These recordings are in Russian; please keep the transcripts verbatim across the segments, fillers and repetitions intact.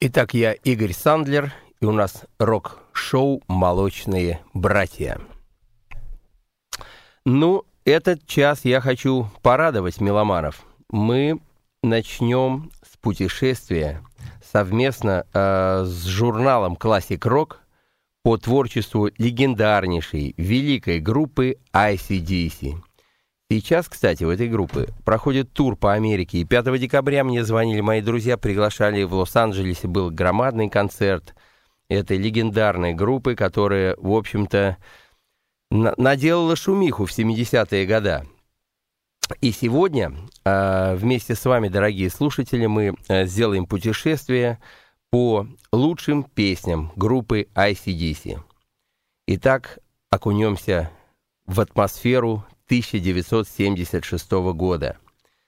Итак, я Игорь Сандлер, и у нас рок-шоу «Молочные братья». Ну, этот час я хочу порадовать меломанов. Мы начнем с путешествия совместно э, с журналом Classic Rock по творчеству легендарнейшей, великой группы эй си ди си. Сейчас, кстати, у этой группы проходит тур по Америке, и пятого декабря мне звонили мои друзья, приглашали в Лос-Анджелесе, был громадный концерт этой легендарной группы, которая, в общем-то, на- наделала шумиху в семидесятые годы. И сегодня э, вместе с вами, дорогие слушатели, мы э, сделаем путешествие по лучшим песням группы эй си ди си. Итак, окунемся в атмосферу тысяча девятьсот семьдесят шестого года.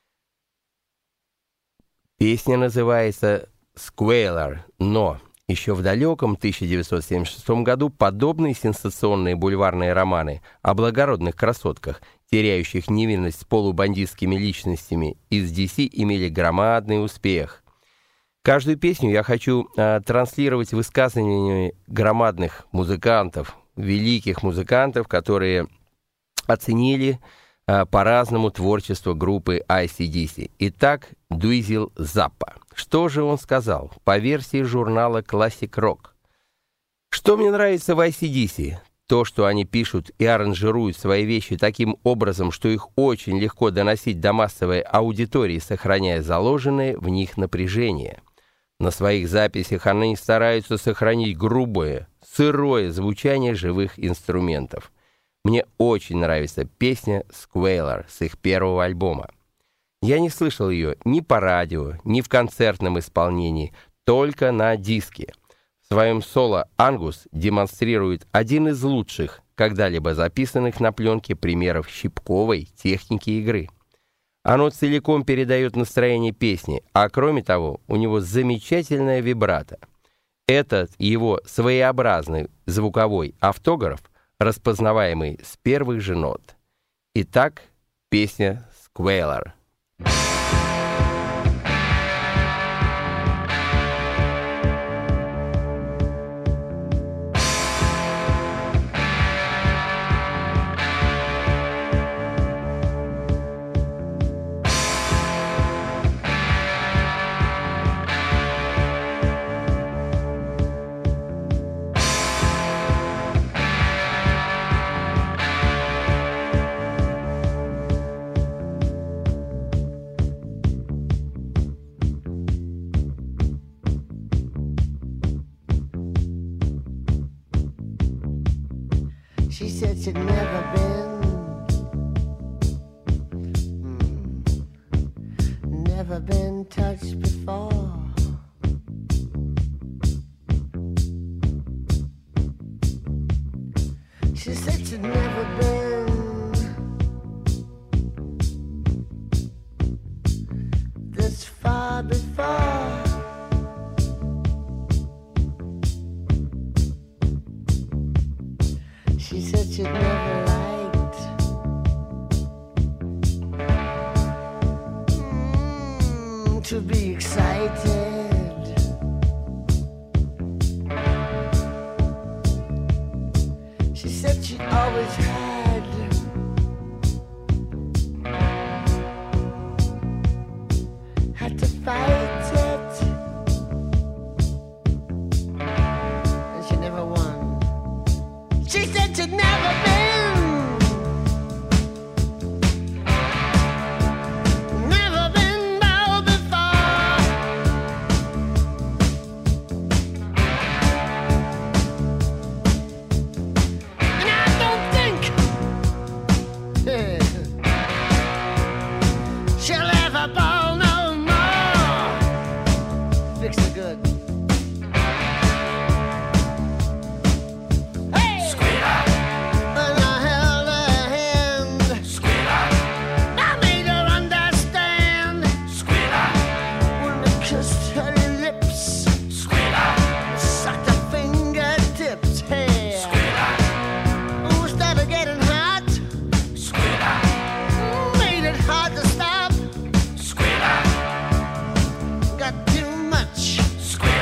Песня называется «Squealer», но еще в далеком тысяча девятьсот семьдесят шестом году подобные сенсационные бульварные романы о благородных красотках, теряющих невинность с полубандитскими личностями из ди си, имели громадный успех. Каждую песню я хочу э, транслировать высказываниями громадных музыкантов, великих музыкантов, которые оценили э, по-разному творчество группы эй си ди си. Итак, Дуизел Заппа. Что же он сказал по версии журнала Classic Rock? Что мне нравится в эй си ди си? То, что они пишут и аранжируют свои вещи таким образом, что их очень легко доносить до массовой аудитории, сохраняя заложенное в них напряжение. На своих записях они стараются сохранить грубое, сырое звучание живых инструментов. Мне очень нравится песня «Squealer» с их первого альбома. Я не слышал ее ни по радио, ни в концертном исполнении, только на диске. В своем соло Ангус демонстрирует один из лучших, когда-либо записанных на пленке примеров щипковой техники игры. Оно целиком передает настроение песни, а кроме того, у него замечательная вибрато. Этот его своеобразный звуковой автограф распознаваемый с первых же нот. Итак, песня «Squealer». She said she'd never been, mm, never been touched before. She said she'd never been this far before. She said she'd never liked mm, to be excited. She said she always had had to fight it, and she never won. She said she'd never been, never been bold before. And I don't think she'll ever bowl no more. Fix the good. Hard to stop. Got too much.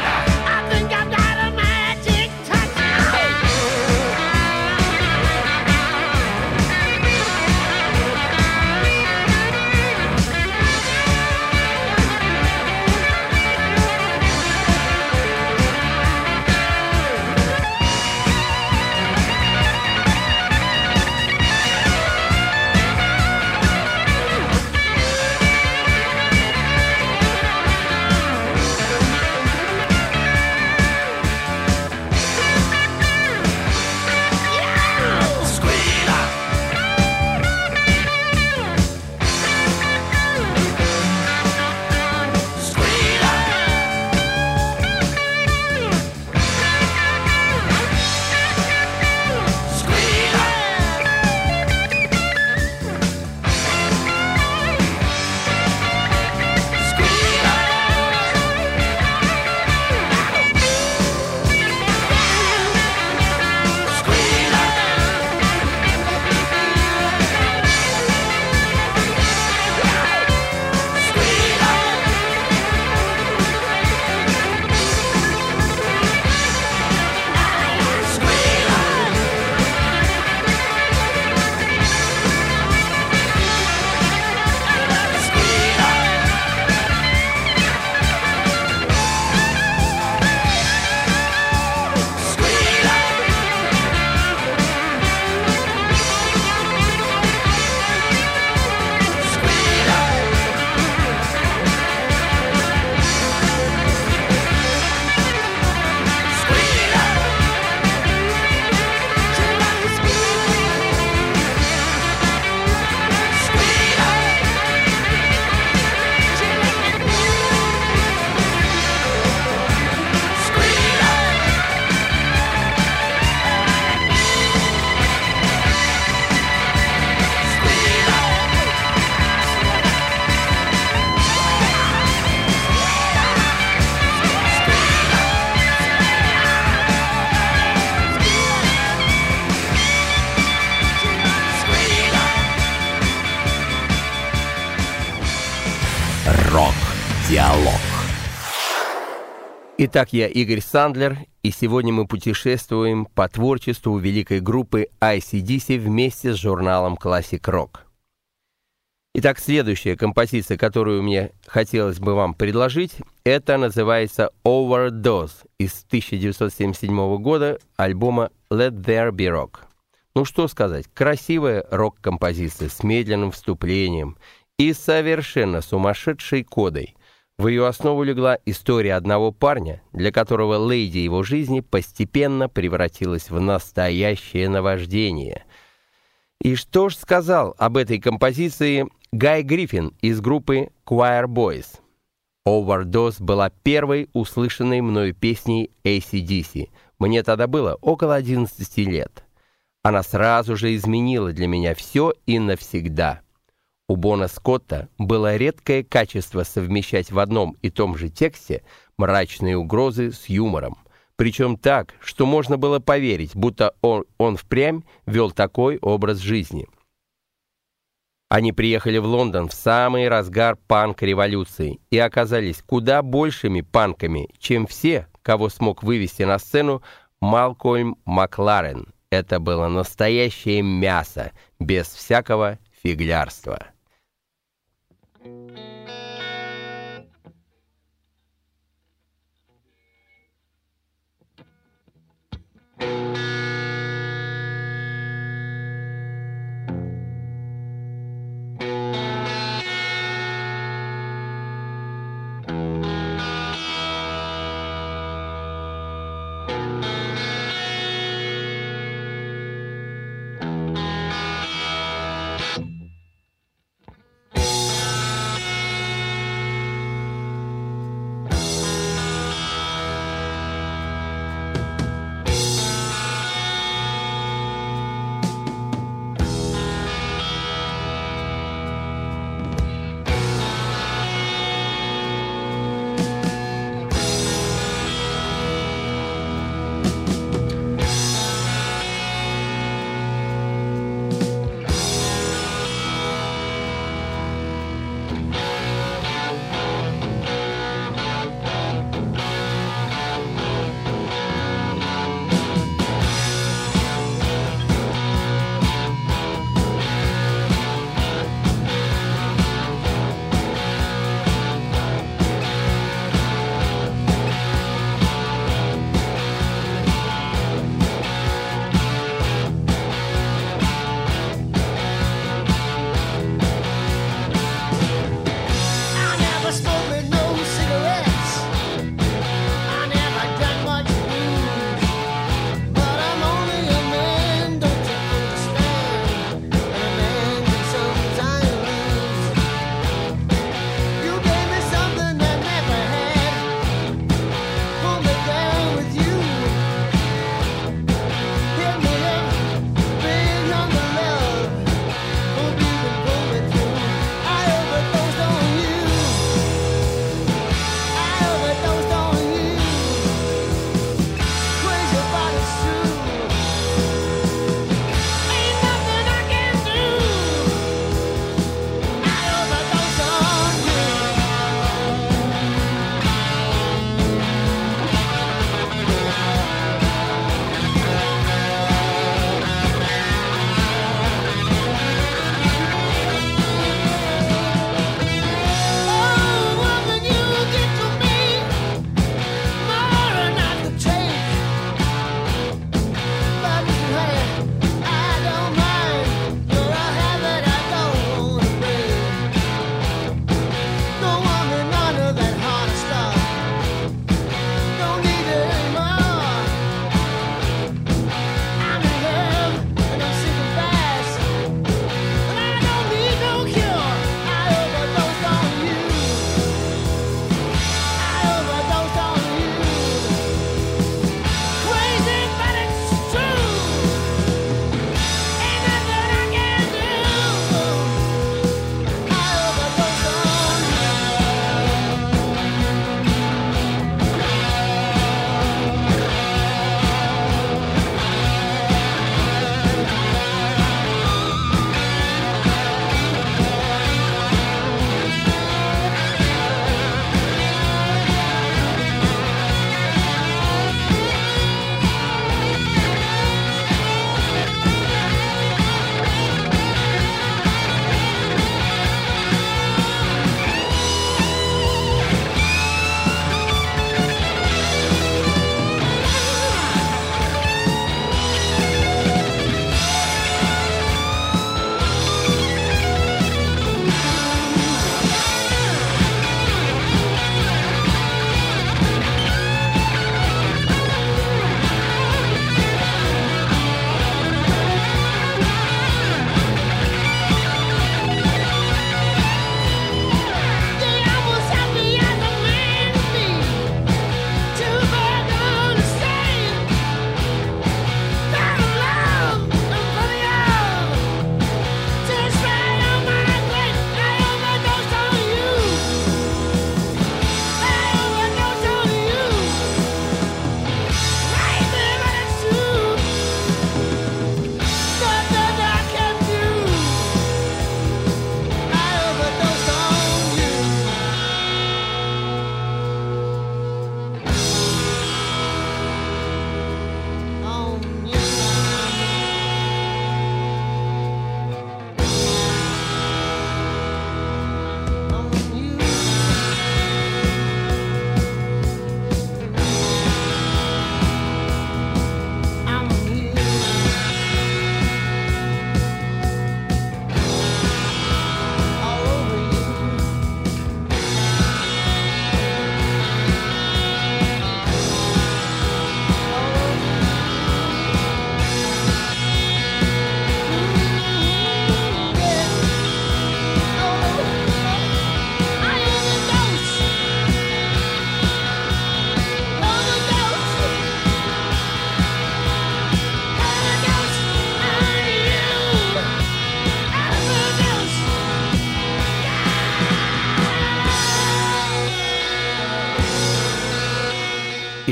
Итак, я Игорь Сандлер, и сегодня мы путешествуем по творчеству великой группы эй си ди си вместе с журналом Classic Rock. Итак, следующая композиция, которую мне хотелось бы вам предложить, это называется «Overdose» из тысяча девятьсот семьдесят седьмого года альбома «Let There Be Rock». Ну что сказать, красивая рок-композиция с медленным вступлением и совершенно сумасшедшей кодой. В ее основу легла история одного парня, для которого леди его жизни постепенно превратилась в настоящее наваждение. И что ж сказал об этой композиции Гай Гриффин из группы Choir Boys? «Overdose» была первой услышанной мною песней эй си ди си. Мне тогда было около одиннадцати лет. Она сразу же изменила для меня все и навсегда. У Бона Скотта было редкое качество совмещать в одном и том же тексте мрачные угрозы с юмором. Причем так, что можно было поверить, будто он, он впрямь вел такой образ жизни. Они приехали в Лондон в самый разгар панк-революции и оказались куда большими панками, чем все, кого смог вывести на сцену Малкольм Макларен. Это было настоящее мясо, без всякого фиглярства.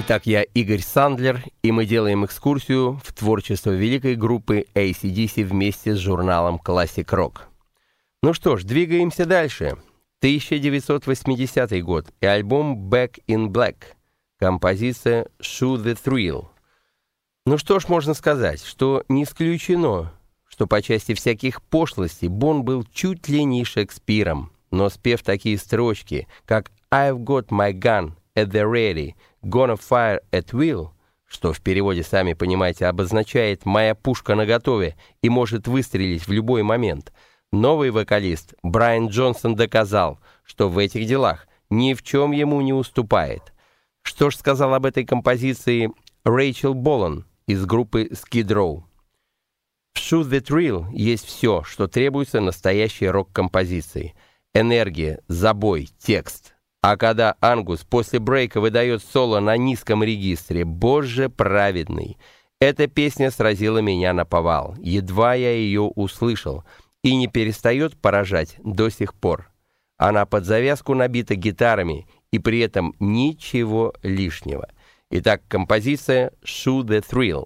Итак, я Игорь Сандлер, и мы делаем экскурсию в творчество великой группы эй си ди си вместе с журналом Classic Rock. Ну что ж, двигаемся дальше. тысяча девятьсот восьмидесятый год и альбом Back in Black. Композиция Shoot the Thrill. Ну что ж, можно сказать, что не исключено, что по части всяких пошлостей Бон был чуть ли не Шекспиром, но спев такие строчки, как «I've got my gun at the ready, gonna fire at will», что в переводе, сами понимаете, обозначает «моя пушка наготове и может выстрелить в любой момент», новый вокалист Брайан Джонсон доказал, что в этих делах ни в чем ему не уступает. Что ж сказал об этой композиции Рэйчел Болан из группы Skid Row? В Shoot the Thrill есть все, что требуется настоящей рок-композиции. Энергия, забой, текст. А когда Ангус после брейка выдает соло на низком регистре, боже праведный, эта песня сразила меня наповал. Едва я ее услышал, и не перестает поражать до сих пор. Она под завязку набита гитарами, и при этом ничего лишнего. Итак, композиция «Shoot the Thrill».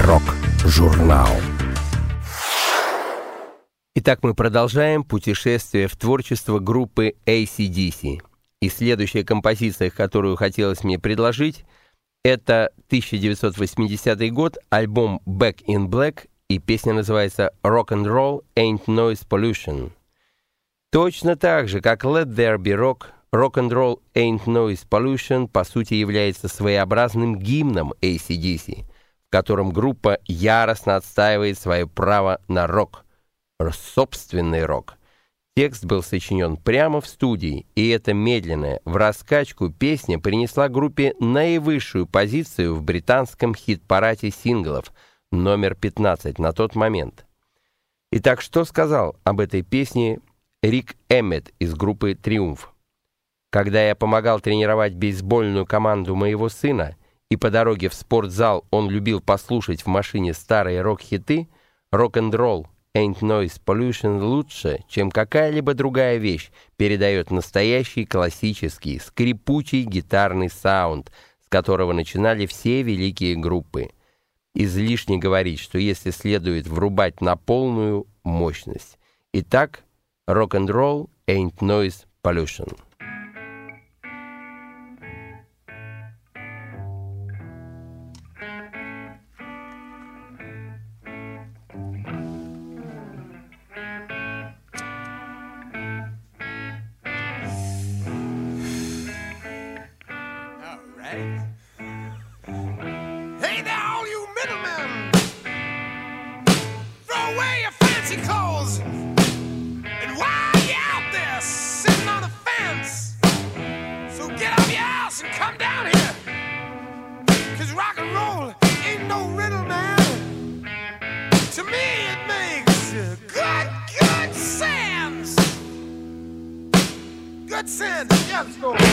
Рок-журнал. Итак, мы продолжаем путешествие в творчество группы эй си ди си. И следующая композиция, которую хотелось мне предложить, это тысяча девятьсот восьмидесятый год, альбом Back in Black, и песня называется «Rock and Roll Ain't Noise Pollution». Точно так же, как «Let There Be Rock», «Rock and Roll Ain't Noise Pollution» по сути является своеобразным гимном эй си ди си, в котором группа яростно отстаивает свое право на рок, собственный рок. Текст был сочинен прямо в студии, и эта медленная, в раскачку песня принесла группе наивысшую позицию в британском хит-параде синглов, номер пятнадцать на тот момент. Итак, что сказал об этой песне Рик Эммет из группы «Триумф»? Когда я помогал тренировать бейсбольную команду моего сына, и по дороге в спортзал он любил послушать в машине старые рок-хиты, «Rock-and-Roll Ain't Noise Pollution» лучше, чем какая-либо другая вещь, передает настоящий классический, скрипучий гитарный саунд, с которого начинали все великие группы. Излишне говорить, что если следует врубать на полную мощность. Итак, «Rock-and-Roll Ain't Noise Pollution». Hey there, all you middlemen! Throw away your fancy clothes! And while you're out there sitting on the fence, so get out of your house and come down here! Cause rock and roll ain't no riddle, man! To me it makes good, good sense! Good sense! Yeah, let's go!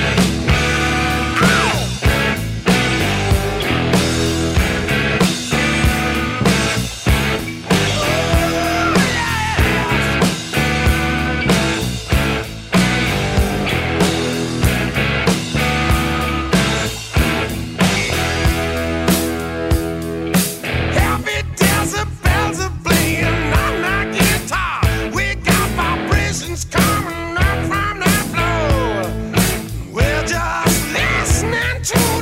Coming up from the floor. We're just listening to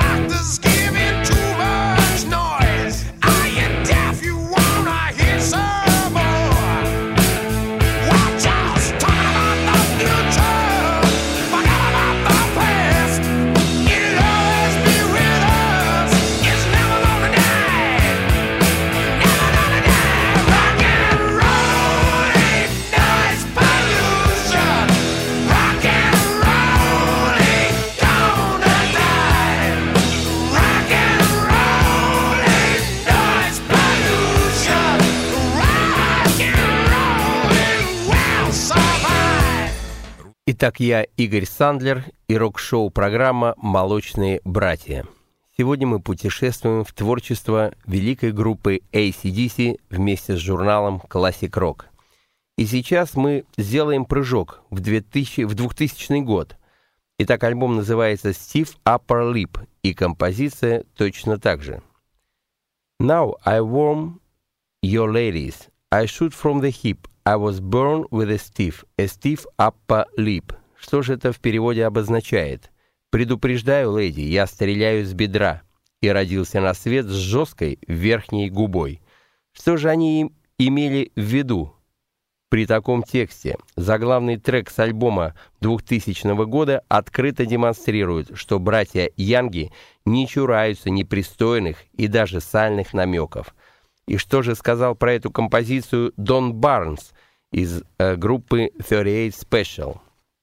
Итак, я Игорь Сандлер и рок-шоу программа «Молочные братья». Сегодня мы путешествуем в творчество великой группы эй си ди си вместе с журналом Classic Rock. И сейчас мы сделаем прыжок в двухтысячный год. Итак, альбом называется «Stiff Upper Lip», и композиция точно так же. Now I warm your ladies, I shoot from the hip, I was born with a stiff, a stiff upper lip. Что же это в переводе обозначает? Предупреждаю, леди, я стреляю с бедра и родился на свет с жесткой верхней губой. Что же они имели в виду? При таком тексте заглавный трек с альбома двухтысячного года открыто демонстрирует, что братья Янги не чураются непристойных и даже сальных намеков. И что же сказал про эту композицию Дон Барнс из э, группы тридцать восемь Special?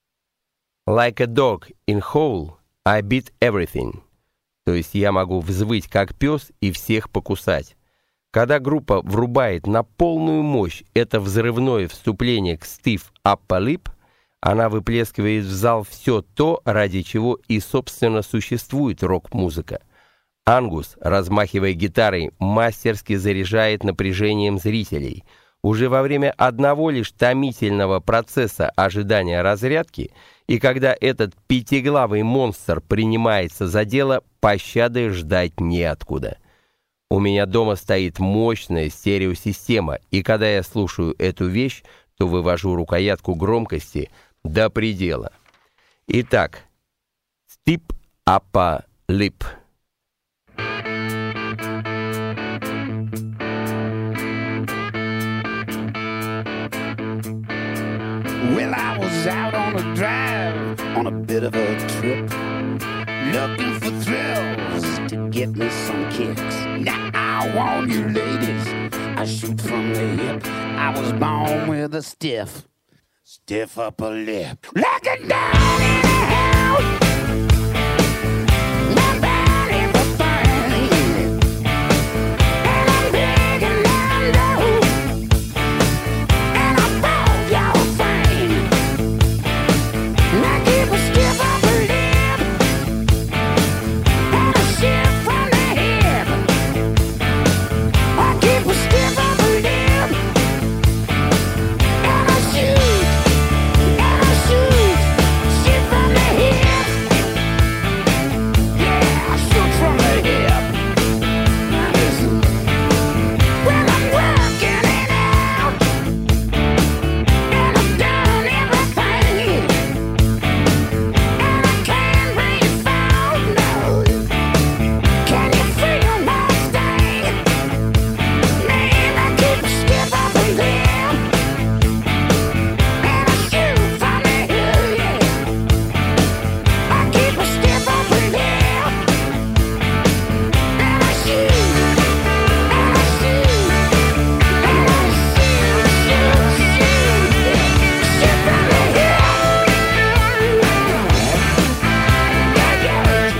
Like a dog in hole, I beat everything. То есть я могу взвыть как пес и всех покусать. Когда группа врубает на полную мощь это взрывное вступление к Stiff Upper Lip, она выплескивает в зал все то, ради чего и, собственно, существует рок-музыка. Ангус, размахивая гитарой, мастерски заряжает напряжением зрителей. Уже во время одного лишь томительного процесса ожидания разрядки, и когда этот пятиглавый монстр принимается за дело, пощады ждать неоткуда. У меня дома стоит мощная стереосистема, и когда я слушаю эту вещь, то вывожу рукоятку громкости до предела. Итак, Step Upper Lip. Well, I was out on a drive, on a bit of a trip, looking for thrills to get me some kicks. Now, I warn you ladies, I shoot from the hip. I was born with a stiff, stiff upper lip. Looking down in the house, my body for burning, and I'm big and I'm low, and I broke your frame. I keep a stiff upper lip, and a shift from the hip. I keep a stiff upper lip, and I shoot, and I shoot, shoot from the hip. Yeah, I shoot from the hip. Now listen, well, I'm working it out, and I've done everything, and I can't be found, no. Can you feel my sting? Man, I keep a stiff upper lip, and I shoot from the hip, yeah. I keep a stiff upper lip, and I shoot, and I shoot, and I shoot, shoot, shoot, shoot from the hip. Yeah, yeah.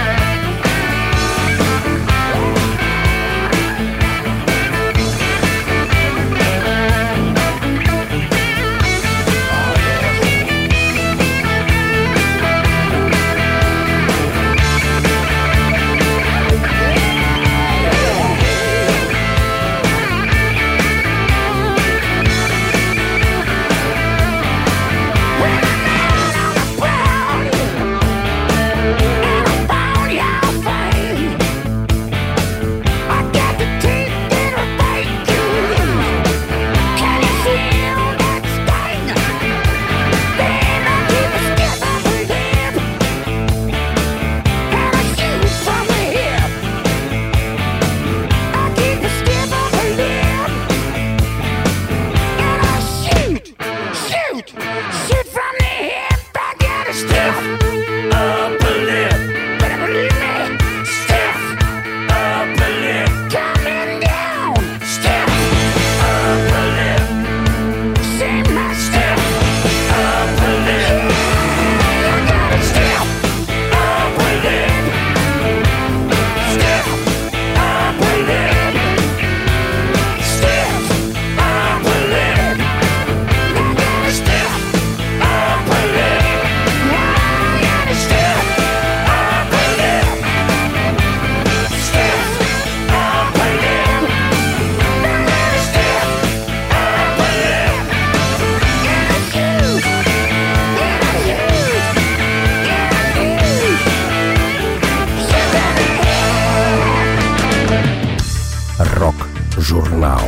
Shoot from the hip, I got a stiff upper lip. Better believe me, stiff upper lip. Coming down, stiff upper lip. See my stiff upper lip. I got a stiff upper lip. Stiff upper lip. Stiff upper lip. I got a stiff upper lip. I got a stiff upper lip. Stiff upper lip. I got a stiff upper lip. And I shoot, and I shoot, and I shoot. Shoot at the Рок-журнал.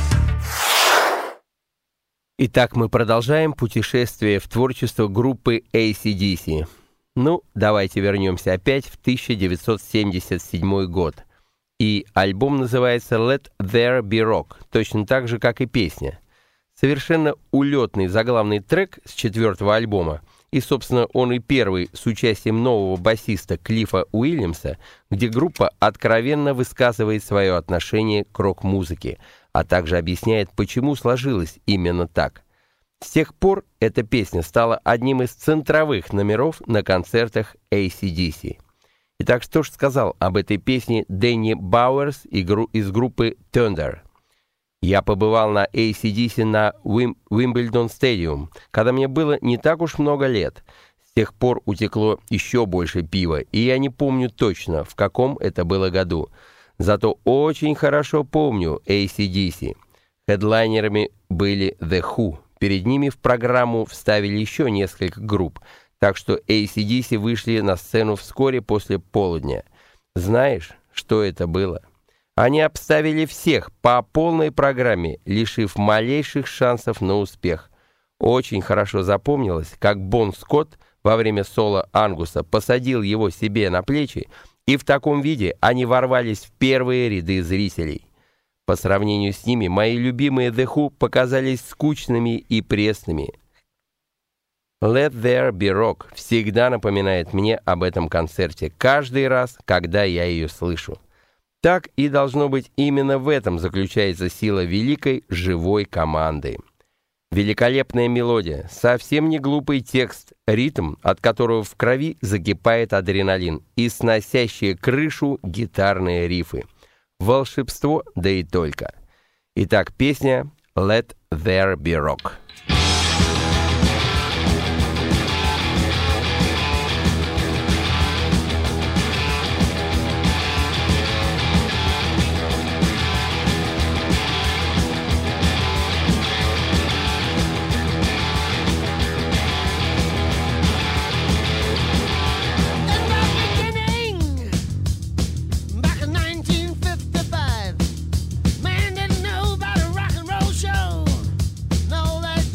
Итак, мы продолжаем путешествие в творчество группы эй си ди си. Ну, давайте вернемся опять в тысяча девятьсот семьдесят седьмой год. И альбом называется «Let There Be Rock», точно так же, как и песня. Совершенно улетный заглавный трек с четвертого альбома, и, собственно, он и первый с участием нового басиста Клиффа Уильямса, где группа откровенно высказывает свое отношение к рок-музыке, а также объясняет, почему сложилось именно так. С тех пор эта песня стала одним из центровых номеров на концертах эй си ди си. Итак, что же сказал об этой песне Дэнни Бауэрс из группы Thunder? Я побывал на эй си ди си на Уимблдон Стадиум, когда мне было не так уж много лет. С тех пор утекло еще больше пива, и я не помню точно, в каком это было году. Зато очень хорошо помню эй си ди си. Хедлайнерами были The Who. Перед ними в программу вставили еще несколько групп, так что эй си ди си вышли на сцену вскоре после полудня. Знаешь, что это было? Они обставили всех по полной программе, лишив малейших шансов на успех. Очень хорошо запомнилось, как Бон Скотт во время соло Ангуса посадил его себе на плечи, и в таком виде они ворвались в первые ряды зрителей. По сравнению с ними мои любимые The Who показались скучными и пресными. Let There Be Rock всегда напоминает мне об этом концерте каждый раз, когда я ее слышу. Так и должно быть, именно в этом заключается сила великой живой команды. Великолепная мелодия, совсем не глупый текст, ритм, от которого в крови закипает адреналин, и сносящие крышу гитарные рифы. Волшебство, да и только. Итак, песня Let There Be Rock. Man didn't know about a rock and roll show. No, that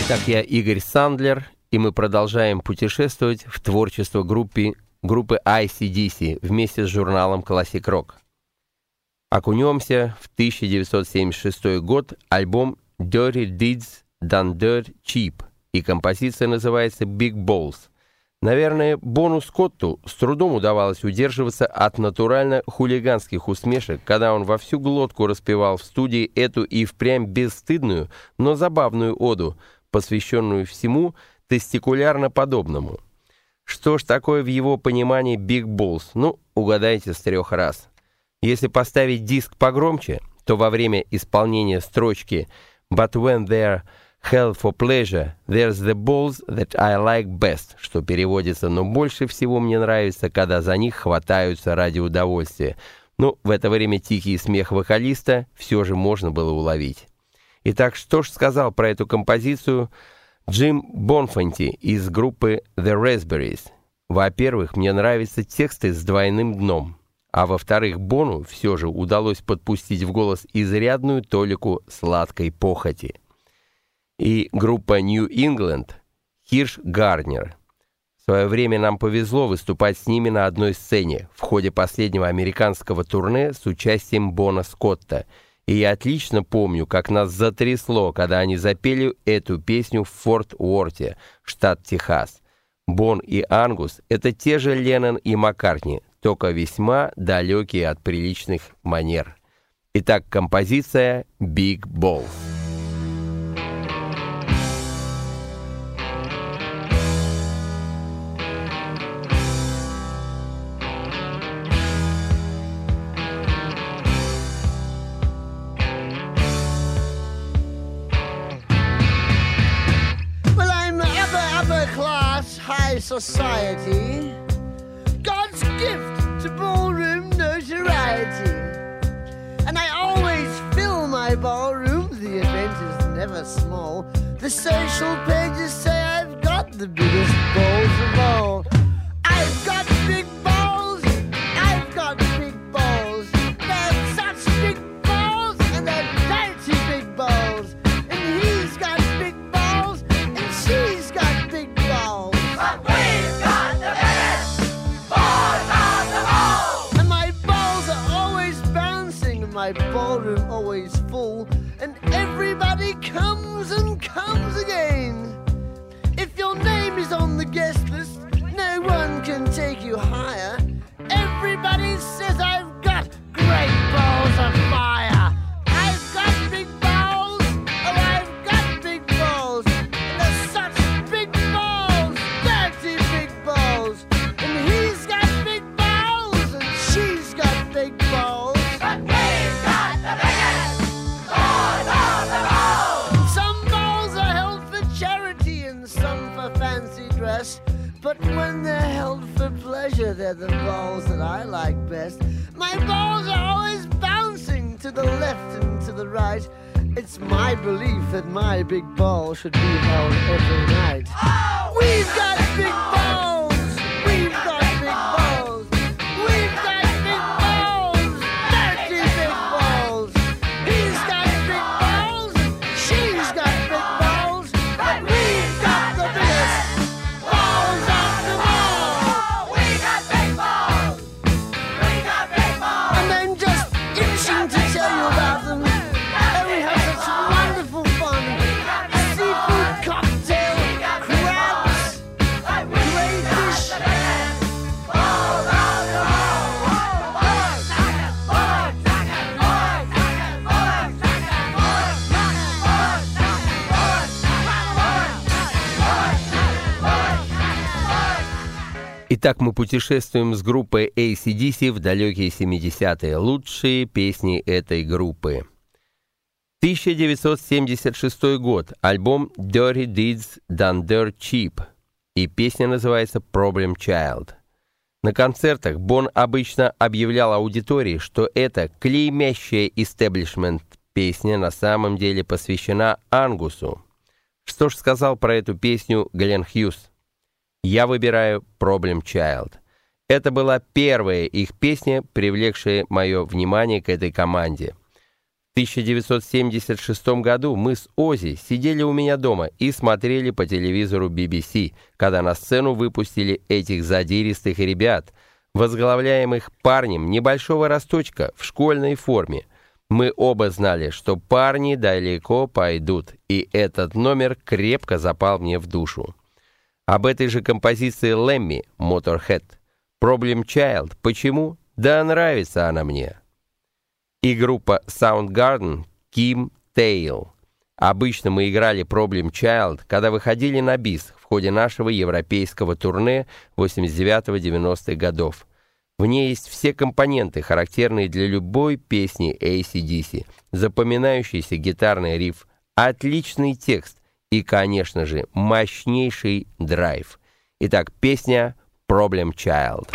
Итак, я Игорь Сандлер, и мы продолжаем путешествовать в творчество группы, группы эй си ди си вместе с журналом Classic Rock. Окунемся в тысяча девятьсот семьдесят шестой год, альбом Dirty Deeds Done Dirt Cheap, и композиция называется Big Balls. Наверное, Бону Скотту с трудом удавалось удерживаться от натурально хулиганских усмешек, когда он во всю глотку распевал в студии эту и впрямь бесстыдную, но забавную оду, посвященную всему тестикулярно подобному. Что ж такое в его понимании Big Balls? Ну, угадайте с трех раз. Если поставить диск погромче, то во время исполнения строчки «But when they're held for pleasure, there's the balls that I like best», что переводится «но больше всего мне нравится, когда за них хватаются ради удовольствия». Ну, в это время тихий смех вокалиста все же можно было уловить. Итак, что ж сказал про эту композицию Джим Бонфанти из группы The Raspberries? Во-первых, мне нравятся тексты с двойным дном, а во-вторых, Бону все же удалось подпустить в голос изрядную толику сладкой похоти. И группа New England, Хирш Гарднер. В свое время нам повезло выступать с ними на одной сцене в ходе последнего американского турне с участием Бона Скотта. И я отлично помню, как нас затрясло, когда они запели эту песню в Форт Уорте, штат Техас. Бон и Ангус — это те же Леннон и Маккартни, только весьма далекие от приличных манер. Итак, композиция «Big Balls». Society, God's gift to ballroom notoriety. And I always fill my ballroom, the event is never small. The social pages say I've got the biggest balls of all. I've got big balls, I've got big balls. They're such big balls, and they're dirty big balls. And he's got big balls, and she's got big balls. My ballroom always full, and everybody comes and comes again. If your name is on the guest list, no one can take you higher. Everybody says I've got great balls of fire. I've got big balls, oh I've got big balls. And they're such big balls, dirty big balls. And he's got big balls, and she's got big balls. But when they're held for pleasure, they're the balls that I like best. My balls are always bouncing to the left and to the right. It's my belief that my big ball should be held every night. Oh, we've got big balls! We've got big balls! We've got big balls! Dirty big balls! He's got big balls! She's got big balls! But we've got the biggest balls of them all! We got big balls! We got big balls! And I'm just itching to tell you about them. And we have such wonderful fun. Seafood cocktail, crabs, crayfish. Итак, мы путешествуем с группой эй си ди си в далекие семидесятые. Лучшие песни этой группы. тысяча девятьсот семьдесят шестой год. Альбом Dirty Deeds Done Dirt Cheap. И песня называется Problem Child. На концертах Бон обычно объявлял аудитории, что эта клеймящая истеблишмент песня на самом деле посвящена Ангусу. Что ж сказал про эту песню Глен Хьюз? Я выбираю Problem Child. Это была первая их песня, привлекшая мое внимание к этой команде. тысяча девятьсот семьдесят шестом году мы с Оззи сидели у меня дома и смотрели по телевизору би би си, когда на сцену выпустили этих задиристых ребят, возглавляемых парнем небольшого росточка в школьной форме. Мы оба знали, что парни далеко пойдут, и этот номер крепко запал мне в душу. Об этой же композиции Лэмми, Motorhead. Problem Child. Почему? Да нравится она мне. И группа Soundgarden, Kim Tail. Обычно мы играли Problem Child, когда выходили на бис в ходе нашего европейского турне восемьдесят девятого — девяностых годов. В ней есть все компоненты, характерные для любой песни эй си ди си. Запоминающийся гитарный риф, отличный текст и, конечно же, мощнейший драйв. Итак, песня Problem Child.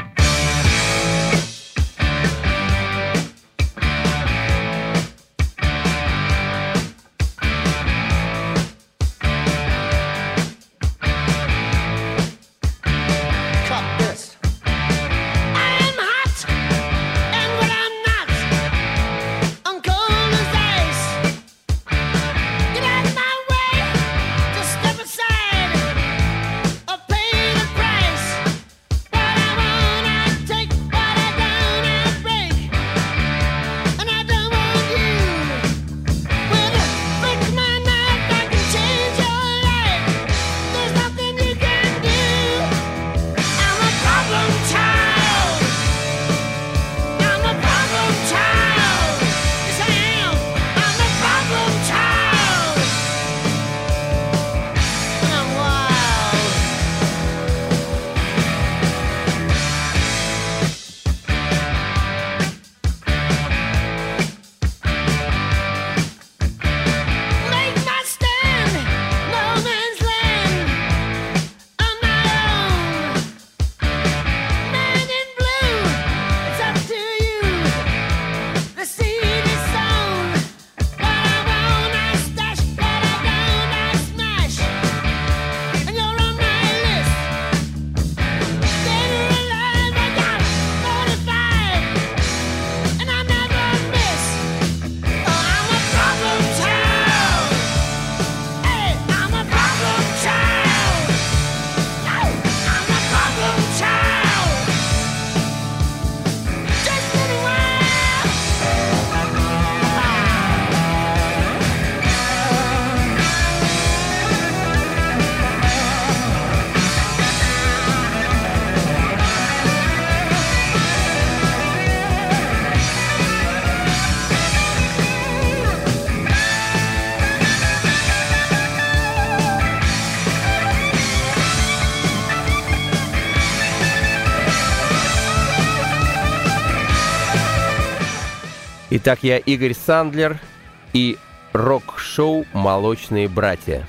Итак, я Игорь Сандлер и рок-шоу «Молочные братья».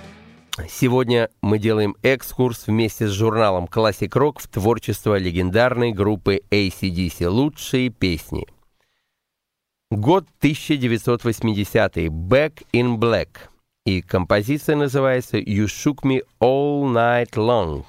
Сегодня мы делаем экскурс вместе с журналом Classic Rock в творчество легендарной группы эй си ди си «Лучшие песни». Год тысяча девятьсот восьмидесятый, Back in Black, и композиция называется «You Shook Me All Night Long».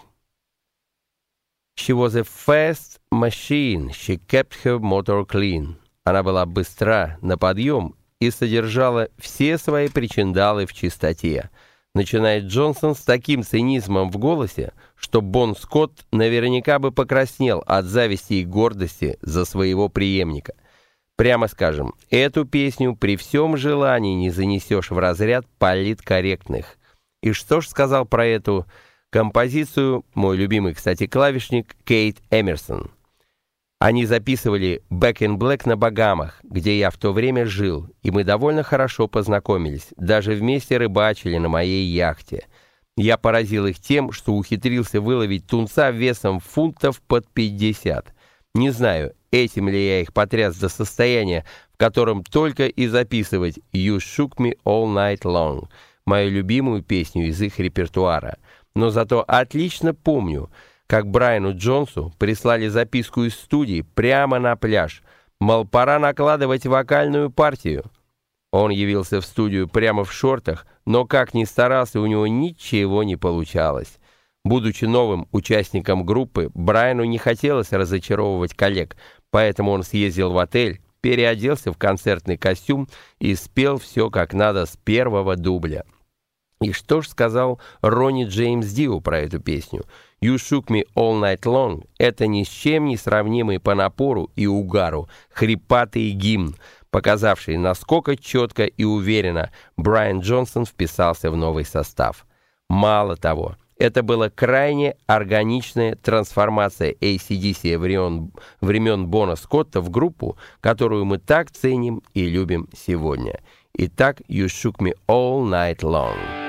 She was a fast machine, she kept her motor clean. Она была быстра, на подъем и содержала все свои причиндалы в чистоте. Начинает Джонсон с таким цинизмом в голосе, что Бон Скотт наверняка бы покраснел от зависти и гордости за своего преемника. Прямо скажем, эту песню при всем желании не занесешь в разряд политкорректных. И что ж сказал про эту композицию мой любимый, кстати, клавишник Кейт Эмерсон. Они записывали «Back in Black» на Багамах, где я в то время жил, и мы довольно хорошо познакомились, даже вместе рыбачили на моей яхте. Я поразил их тем, что ухитрился выловить тунца весом фунтов под пятьдесят. Не знаю, этим ли я их потряс до состояния, в котором только и записывать «You Shook Me All Night Long», мою любимую песню из их репертуара. Но зато отлично помню, как Брайану Джонсу прислали записку из студии прямо на пляж, мол, пора накладывать вокальную партию. Он явился в студию прямо в шортах, но как ни старался, у него ничего не получалось. Будучи новым участником группы, Брайану не хотелось разочаровывать коллег, поэтому он съездил в отель, переоделся в концертный костюм и спел все как надо с первого дубля. И что ж сказал Ронни Джеймс Дио про эту песню? «You Shook Me All Night Long» — это ни с чем не сравнимый по напору и угару хрипатый гимн, показавший, насколько четко и уверенно Брайан Джонсон вписался в новый состав. Мало того, это была крайне органичная трансформация эй си ди си времен, времен Бона Скотта в группу, которую мы так ценим и любим сегодня. Итак, «You Shook Me All Night Long».